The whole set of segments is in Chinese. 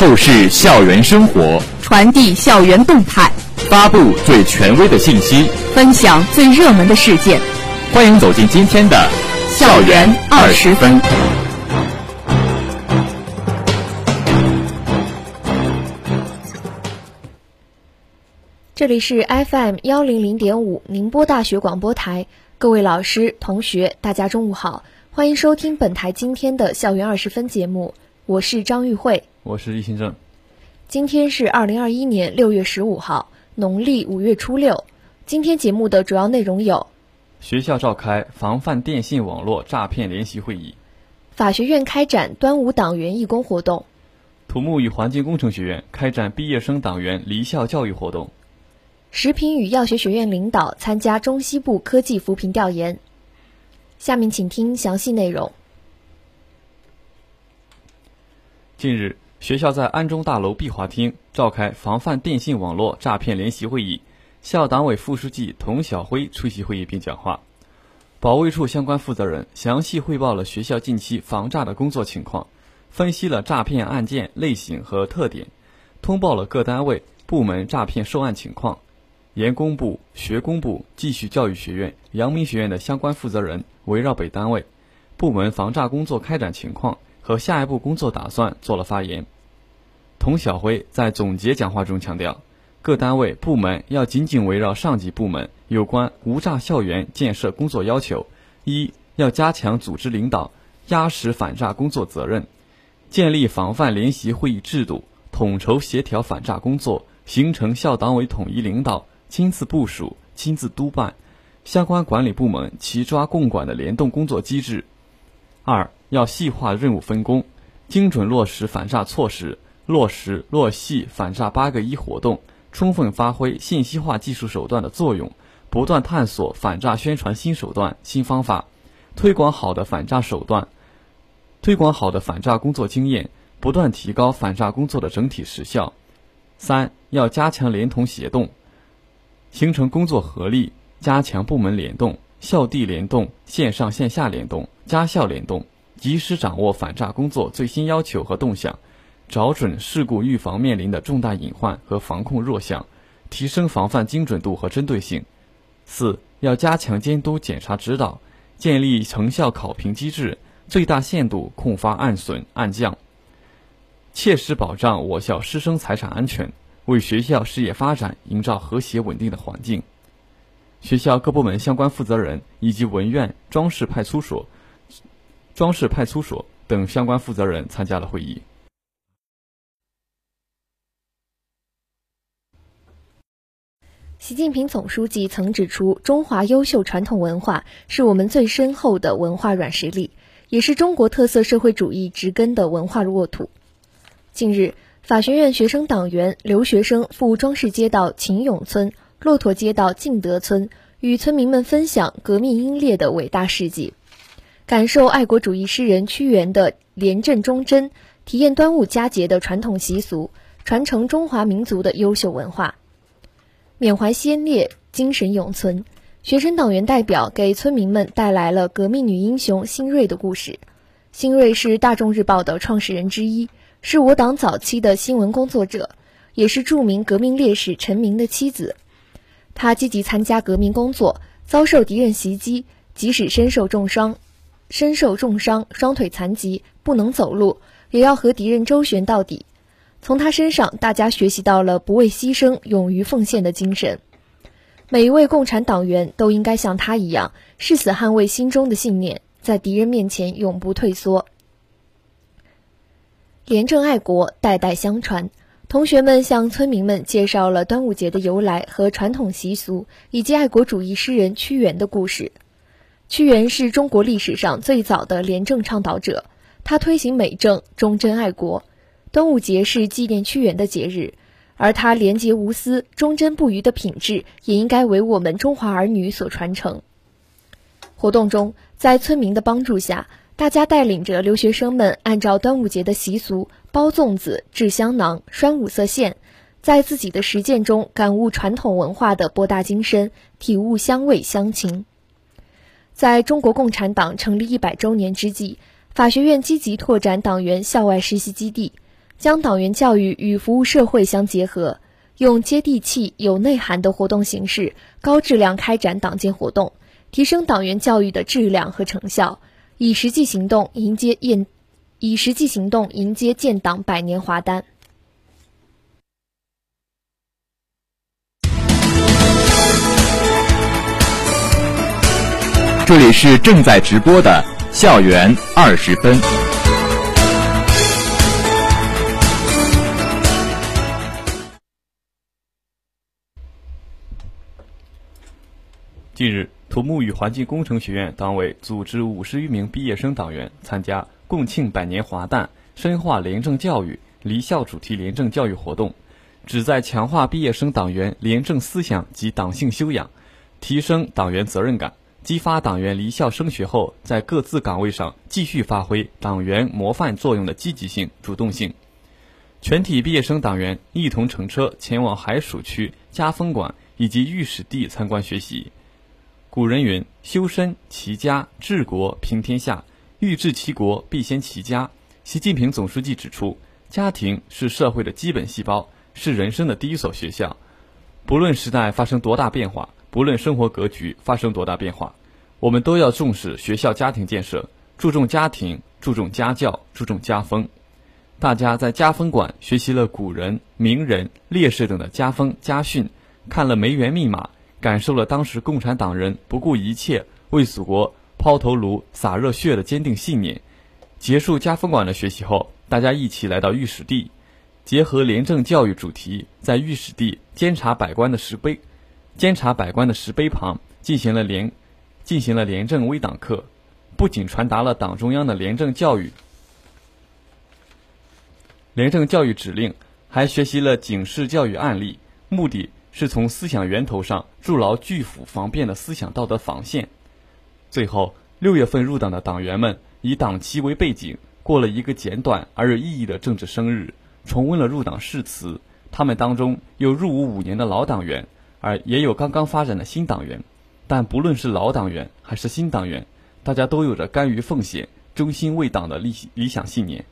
透视校园生活， 传递校园动态， 发布最权威的信息， 分享最热门的事件。 欢迎走进今天的校园20分。这里是 FM100.5 宁波大学广播台，各位老师、同学，大家中午好，欢迎收听本台今天的校园20分节目，我是张玉慧， 我是易新正。 今天是2021年6月15号，农历5月初6。今天节目的主要内容有： 学校召开防范电信网络诈骗联席会议； 法学院开展端午党员义工活动； 土木与环境工程学院开展毕业生党员离校教育活动； 食品与药学学院领导参加中西部科技扶贫调研。下面请听详细内容。 近日，学校在安中大楼碧华厅召开防范电信网络诈骗联席会议，校党委副书记童晓辉出席会议并讲话。保卫处相关负责人详细汇报了学校近期防诈的工作情况，分析了诈骗案件类型和特点，通报了各单位部门诈骗受案情况。研工部、学工部、继续教育学院、阳明学院的相关负责人围绕本单位部门防诈工作开展情况和下一步工作打算做了发言。童晓辉在总结讲话中强调，各单位部门要紧紧围绕上级部门有关无诈校园建设工作要求：一、要加强组织领导，压实反诈工作责任，建立防范联席会议制度，统筹协调反诈工作，形成校党委统一领导、亲自部署、亲自督办，相关管理部门齐抓共管的联动工作机制。二、要细化任务分工，精准落实反诈措施，落实落细反诈8个1活动，充分发挥信息化技术手段的作用，不断探索反诈宣传新手段、新方法，推广好的反诈手段，推广好的反诈工作经验，不断提高反诈工作的整体实效。三、要加强联同协动，形成工作合力，加强部门联动、校地联动、线上线下联动、家校联动，及时掌握反诈工作最新要求和动向，找准事故预防面临的重大隐患和防控弱项，提升防范精准度和针对性。四、要加强监督检查指导，建立成效考评机制，最大限度控发案损案降，切实保障我校师生财产安全，为学校事业发展营造和谐稳定的环境。学校各部门相关负责人以及文院、庄市派出所等相关负责人参加了会议。 习近平总书记曾指出，中华优秀传统文化是我们最深厚的文化软实力，也是中国特色社会主义植根的文化沃土。近日，法学院学生党员留学生赴庄市街道秦永村、骆驼街道敬德村，与村民们分享革命英烈的伟大事迹，感受爱国主义诗人屈原的廉政忠贞，体验端午佳节的传统习俗，传承中华民族的优秀文化。缅怀先烈，精神永存。学生党员代表给村民们带来了革命女英雄辛瑞的故事。辛瑞是大众日报的创始人之一，是我党早期的新闻工作者，也是著名革命烈士陈明的妻子。他积极参加革命工作，遭受敌人袭击，即使身受重伤，双腿残疾，不能走路，也要和敌人周旋到底。从他身上，大家学习到了不畏牺牲、勇于奉献的精神。每一位共产党员都应该像他一样，誓死捍卫心中的信念，在敌人面前永不退缩。廉政爱国，代代相传。同学们向村民们介绍了端午节的由来和传统习俗，以及爱国主义诗人屈原的故事。屈原是中国历史上最早的廉政倡导者，他推行美政，忠贞爱国。端午节是纪念屈原的节日，而他廉洁无私、忠贞不渝的品质也应该为我们中华儿女所传承。活动中，在村民的帮助下，大家带领着留学生们按照端午节的习俗包粽子、制香囊、拴五色线，在自己的实践中感悟传统文化的博大精深，体悟乡味乡情。在中国共产党成立100周年之际，法学院积极拓展党员校外实习基地， 将党员教育与服务社会相结合，用接地气、有内涵的活动形式，高质量开展党建活动，提升党员教育的质量和成效，以实际行动迎接建党100年华诞。 这里是正在直播的校园20分。 近日，土木与环境工程学院党委组织50余名毕业生党员参加共庆100年华诞、深化廉政教育离校主题廉政教育活动，旨在强化毕业生党员廉政思想及党性修养，提升党员责任感，激发党员离校升学后在各自岗位上继续发挥党员模范作用的积极性、主动性。全体毕业生党员一同乘车前往海曙区嘉风馆以及御史地参观学习。古人云：修身齐家治国平天下，欲治其国必先齐家。习近平总书记指出，家庭是社会的基本细胞，是人生的第一所学校。不论时代发生多大变化，不论生活格局发生多大变化，我们都要重视学校家庭建设，注重家庭，注重家教，注重家风。大家在家风馆学习了古人、名人、烈士等的家风家训，看了梅园密码，感受了当时共产党人不顾一切为祖国抛头颅洒热血的坚定信念。结束家风馆的学习后，大家一起来到御史地，结合廉政教育主题，在御史地监察百官的石碑旁进行了廉政微党课，不仅传达了党中央的廉政教育指令，还学习了警示教育案例，目的是从思想源头上筑牢拒腐防变的思想道德防线。最后，6月份入党的党员们以党旗为背景，过了一个简短而有意义的政治生日，重温了入党誓词。他们当中有入伍5年的老党员，而也有刚刚发展的新党员。但不论是老党员还是新党员，大家都有着甘于奉献、忠心为党的理想信念。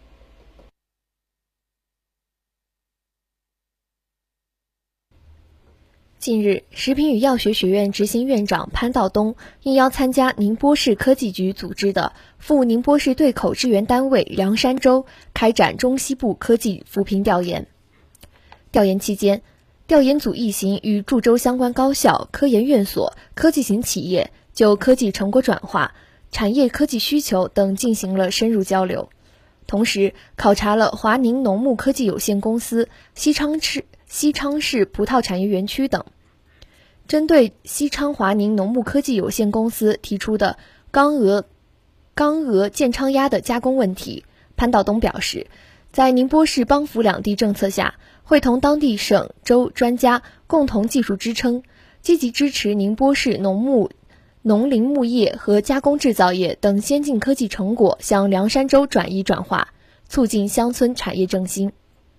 近日，食品与药学学院执行院长潘道东应邀参加宁波市科技局组织的赴宁波市对口支援单位凉山州开展中西部科技扶贫调研。调研期间，调研组一行与驻州相关高校、科研院所、科技型企业就科技成果转化、产业科技需求等进行了深入交流，同时考察了华宁农牧科技有限公司西昌市葡萄产业园区等。针对西昌华宁农牧科技有限公司提出的钢鹅建昌鸭的加工问题，潘道东表示，在宁波市帮扶两地政策下，会同当地省州专家共同技术支撑，积极支持宁波市农林牧业和加工制造业等先进科技成果向凉山州转移转化，促进乡村产业振兴。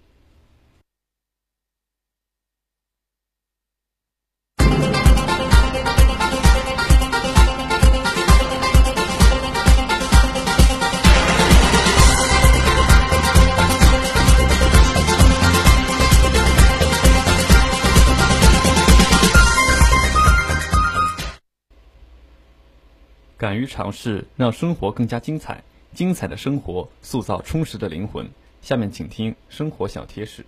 敢于尝试，让生活更加精彩。精彩的生活塑造充实的灵魂。下面请听生活小贴士。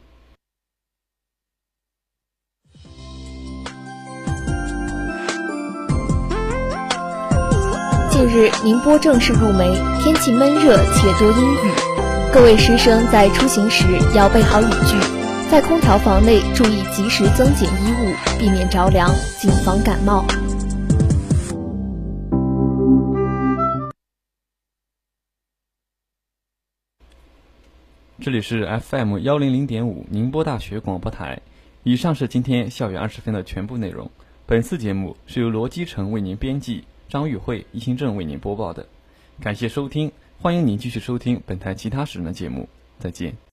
近日，宁波正式入梅，天气闷热且多阴雨，各位师生在出行时要备好雨具，在空调房内注意及时增减衣物，避免着凉，谨防感冒。 这里是 FM 100.5宁波大学广播台。以上是今天校园20分的全部内容。本次节目是由罗基成为您编辑，张玉慧、易新正为您播报的。感谢收听，欢迎您继续收听本台其他时段的节目。再见。